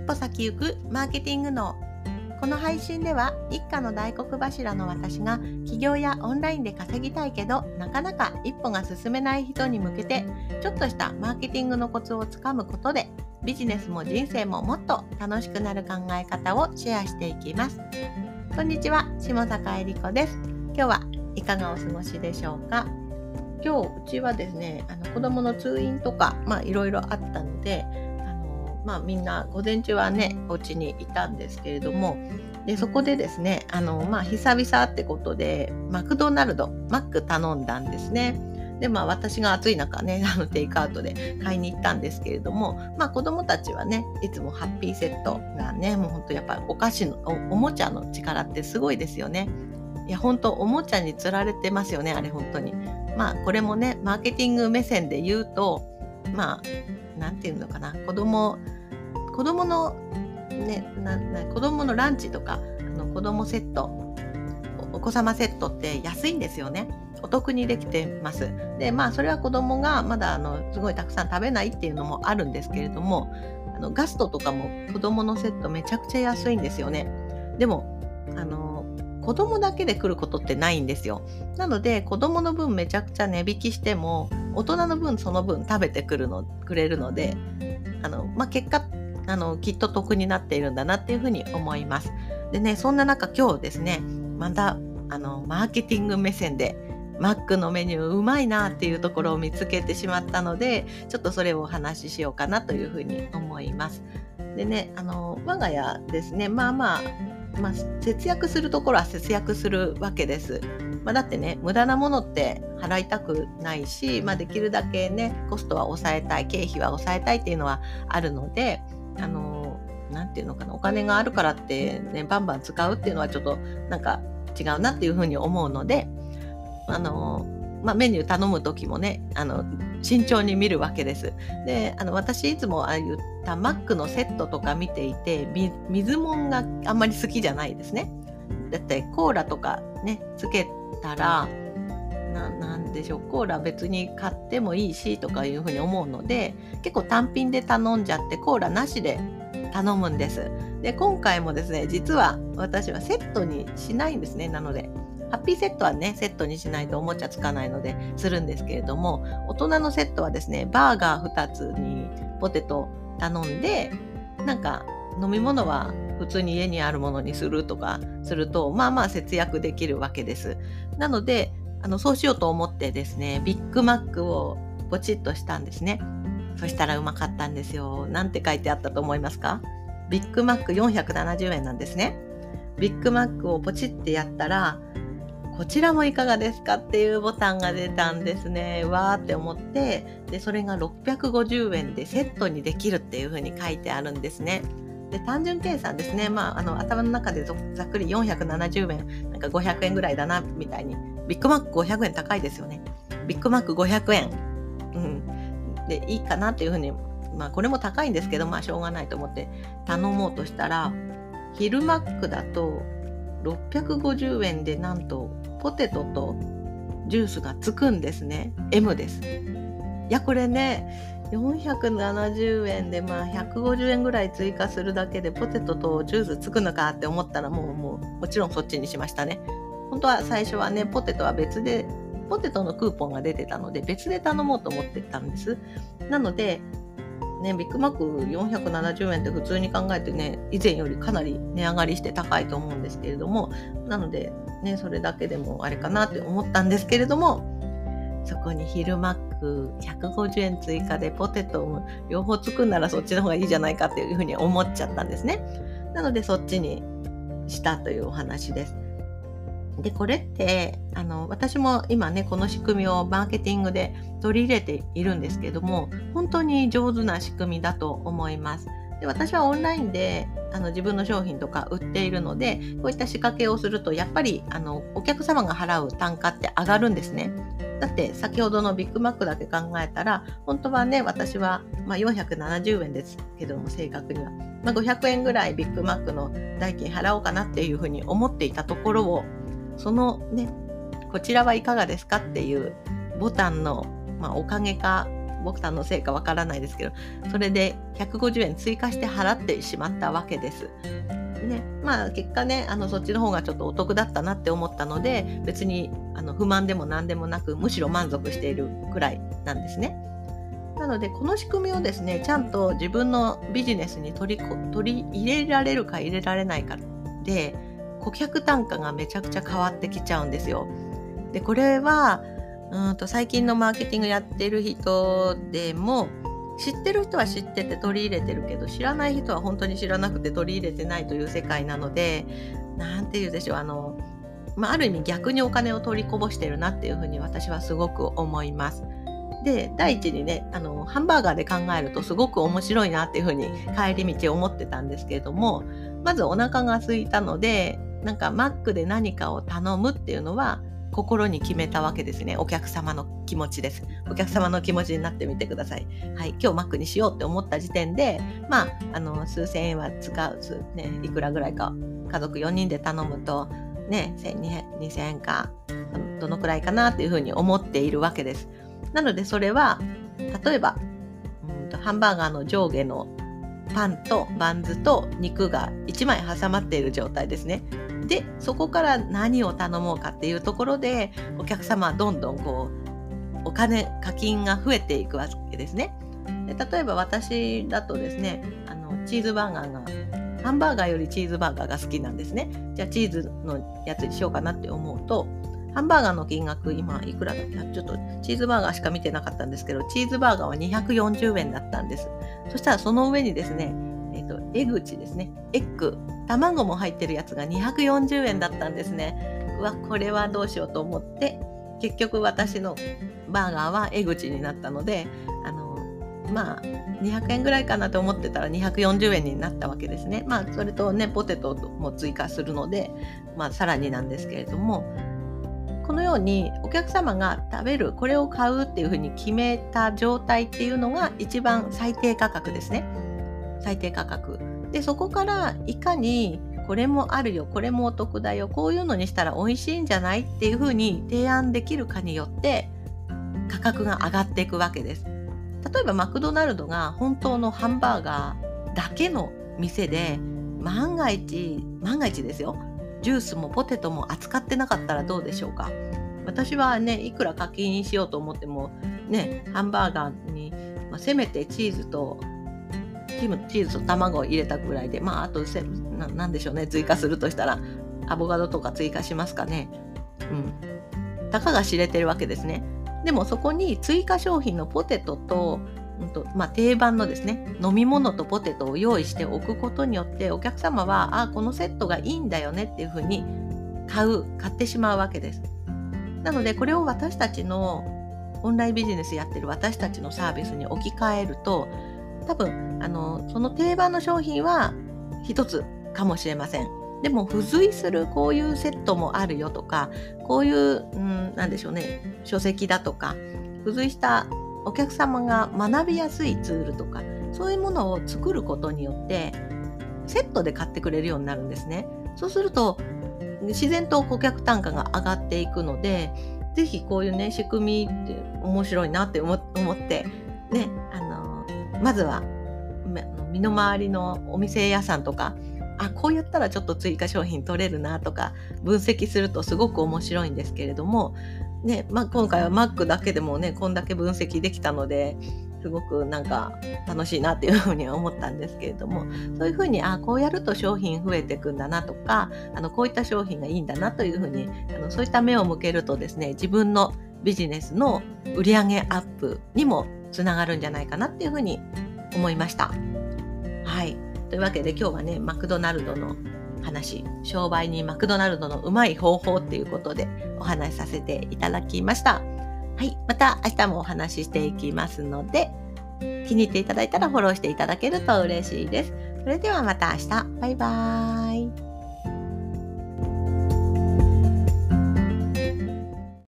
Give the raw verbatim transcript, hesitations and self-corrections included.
歩先行くマーケティング脳。この配信では一家の大黒柱の私が起業やオンラインで稼ぎたいけどなかなか一歩が進めない人に向けてちょっとしたマーケティングのコツをつかむことでビジネスも人生ももっと楽しくなる考え方をシェアしていきます。こんにちは、下坂恵理子です。今日はいかがお過ごしでしょうか。今日うちはですね、あの子供の通院とかまあいろいろあったのでまあ、みんな午前中はねお家にいたんですけれども、でそこでですねあの、まあ、久々ってことでマクドナルドマック頼んだんですね。でまあ私が暑い中ねあのテイクアウトで買いに行ったんですけれども、まあ子供たちはねいつもハッピーセットがねもう本当やっぱお菓子の お, おもちゃの力ってすごいですよね。いや本当おもちゃに釣られてますよね、あれ本当に。まあこれもねマーケティング目線で言うとまあなんていうのかな、子供子供のねなな子供のランチとかあの子供セット お, お子様セットって安いんですよね。お得にできてます。でまあそれは子供がまだあのすごいたくさん食べないっていうのもあるんですけれども、あのガストとかも子供のセットめちゃくちゃ安いんですよね。でもあの子供だけで来ることってないんですよ。なので子供の分めちゃくちゃ値引きしても大人の分その分食べてくるのくれるので、あの、まあ、結果あのきっと得になっているんだなっていうふうに思います。でね、そんな中今日ですねまたあのマーケティング目線でマックのメニューうまいなっていうところを見つけてしまったので、ちょっとそれをお話ししようかなというふうに思います。でね、あの我が家ですね、まあまあまあ、節約するところは節約するわけです。まあ、だってね無駄なものって払いたくないし、まあ、できるだけねコストは抑えたい、経費は抑えたいっていうのはあるので、あのなんていうのかな、お金があるからって、ね、バンバン使うっていうのはちょっとなんか違うなっていうふうに思うので、あの、まあ、メニュー頼む時もねあの慎重に見るわけです。であの私いつもああいうマックのセットとか見ていて水もんがあんまり好きじゃないですね。だってコーラとかねつけたら な, なんでしょうコーラ別に買ってもいいしとかいうふうに思うので、結構単品で頼んじゃってコーラなしで頼むんです。で今回もですね実は私はセットにしないんですね。なのでハッピーセットはねセットにしないとおもちゃつかないのでするんですけれども、大人のセットはですねバーガーふたつにポテト頼んで、なんか飲み物は普通に家にあるものにするとかするとまあまあ節約できるわけです。なのであのそうしようと思ってですねビッグマックをポチッとしたんですね。そしたらうまかったんですよ。なんて書いてあったと思いますか？ビッグマックよんひゃくななじゅうえんなんですね。ビッグマックをポチってやったらこちらもいかがですかっていうボタンが出たんですね。わーって思って、でそれがろっぴゃくごじゅうえんでセットにできるっていう風に書いてあるんですね。で単純計算ですね、まあ、あの頭の中でざっくりよんひゃくななじゅうえんなんかごひゃくえんぐらいだなみたいに、ビッグマックごひゃくえん高いですよね。ビッグマックごひゃくえん、うん、でいいかなっていう風に、まあこれも高いんですけどまあしょうがないと思って頼もうとしたら、昼マックだとろっぴゃくごじゅうえんでなんとポテトとジュースがつくんですね。 エム です。いやこれねよんひゃくななじゅうえんでまあひゃくごじゅうえんぐらい追加するだけでポテトとジュースつくのかって思ったらもうもうもちろんそっちにしましたね。本当は最初はねポテトは別でポテトのクーポンが出てたので別で頼もうと思ってたんです。なのでね、ビッグマックよんひゃくななじゅうえんって普通に考えてね以前よりかなり値上がりして高いと思うんですけれども、なのでねそれだけでもあれかなって思ったんですけれども、そこに昼マックひゃくごじゅうえん追加でポテトも両方つくんならそっちの方がいいじゃないかっていうふうに思っちゃったんですね。なのでそっちにしたというお話です。でこれってあの私も今ねこの仕組みをマーケティングで取り入れているんですけども、本当に上手な仕組みだと思います。で私はオンラインであの自分の商品とか売っているので、こういった仕掛けをするとやっぱりあのお客様が払う単価って上がるんですね。だって先ほどのビッグマックだけ考えたら本当はね私は、まあ、よんひゃくななじゅうえんですけども正確には、まあ、ごひゃくえんぐらいビッグマックの代金払おうかなっていうふうに思っていたところを、そのねこちらはいかがですかっていうボタンの、まあ、おかげか僕さんのせいかわからないですけど、それでひゃくごじゅうえん追加して払ってしまったわけです。ね、まあ結果ね、あのそっちの方がちょっとお得だったなって思ったので、別にあの不満でも何でもなく、むしろ満足しているくらいなんですね。なのでこの仕組みをですね、ちゃんと自分のビジネスに取りこ取り入れられるか入れられないかで、顧客単価がめちゃくちゃ変わってきちゃうんですよ。でこれはうんと最近のマーケティングやってる人でも、知ってる人は知ってて取り入れてるけど、知らない人は本当に知らなくて取り入れてないという世界なので、なんて言うでしょう、あの、まあ、ある意味逆にお金を取りこぼしてるなっていうふうに私はすごく思います。で、第一にね、あのハンバーガーで考えるとすごく面白いなっていうふうに帰り道思ってたんですけれども、まずお腹が空いたので、なんかマックで何かを頼むっていうのは心に決めたわけですね。お客様の気持ちです。お客様の気持ちになってみてください。はい、今日マックにしようって思った時点で、まあ、あの数千円は使う、ね、いくらぐらいか、家族よにんで頼むと、ね、せんにひゃく、にせんえんか、どのくらいかなっていうふうに思っているわけです。なのでそれは、例えば、うんとハンバーガーの上下のパンとバンズと肉がいちまい挟まっている状態ですね。でそこから何を頼もうかっていうところで、お客様はどんどんこうお金課金が増えていくわけですね。で例えば私だとですね、あのチーズバーガーがハンバーガーよりチーズバーガーが好きなんですね。じゃあチーズのやつにしようかなって思うと、ハンバーガーの金額今いくらだっけ、ちょっとチーズバーガーしか見てなかったんですけど、チーズバーガーはにひゃくよんじゅうえんだったんです。そしたらその上にですね、えっと、エグチですね。エッグ。卵も入ってるやつがにひゃくよんじゅうえんだったんですね。うわ、これはどうしようと思って、結局私のバーガーはエグチになったので、あの、まあ、にひゃくえんぐらいかなと思ってたらにひゃくよんじゅうえんになったわけですね。まあ、それとね、ポテトも追加するので、まあ、さらになんですけれども、このようにお客様が食べる、これを買うっていうふうに決めた状態っていうのが一番最低価格ですね。最低価格。で、そこからいかにこれもあるよ、これもお得だよ、こういうのにしたら美味しいんじゃないっていうふうに提案できるかによって価格が上がっていくわけです。例えばマクドナルドが本当のハンバーガーだけの店で、万が一、万が一ですよ、ジュースもポテトも扱ってなかったらどうでしょうか。私はね、いくら課金しようと思ってもね、ハンバーガーに、まあ、せめてチーズとチーズと卵を入れたぐらいで、まああとせ な, なんでしょうね、追加するとしたらアボカドとか追加しますかね。うん、たかが知れてるわけですね。でもそこに追加商品のポテトと、うんとまあ、定番のですね、飲み物とポテトを用意しておくことによって、お客様はあこのセットがいいんだよねっていうふうに買う買ってしまうわけです。なのでこれを私たちのオンラインビジネスやってる私たちのサービスに置き換えると、多分あのその定番の商品は一つかもしれません。でも付随するこういうセットもあるよとか、こういう、うん、なんでしょうね、書籍だとか、付随したお客様が学びやすいツールとか、そういうものを作ることによってセットで買ってくれるようになるんですね。そうすると自然と顧客単価が上がっていくので、ぜひこういうね仕組みって面白いなって思ってね、あのまずは身の回りのお店屋さんとか、あこうやったらちょっと追加商品取れるなとか分析するとすごく面白いんですけれども、ねまあ、今回は Mac だけでもねこんだけ分析できたので、すごくなんか楽しいなっていうふうに思ったんですけれども、そういうふうにあこうやると商品増えていくんだなとか、あのこういった商品がいいんだなというふうに、あのそういった目を向けるとですね、自分のビジネスの売上アップにもつながるんじゃないかなっていうふうに思いました。はい、というわけで今日はねマクドナルドの話、商売にマクドナルドのうまい方法っていうことでお話しさせていただきました。はい、また明日もお話ししていきますので、気に入っていただいたらフォローしていただけると嬉しいです。それではまた明日。バイバーイ。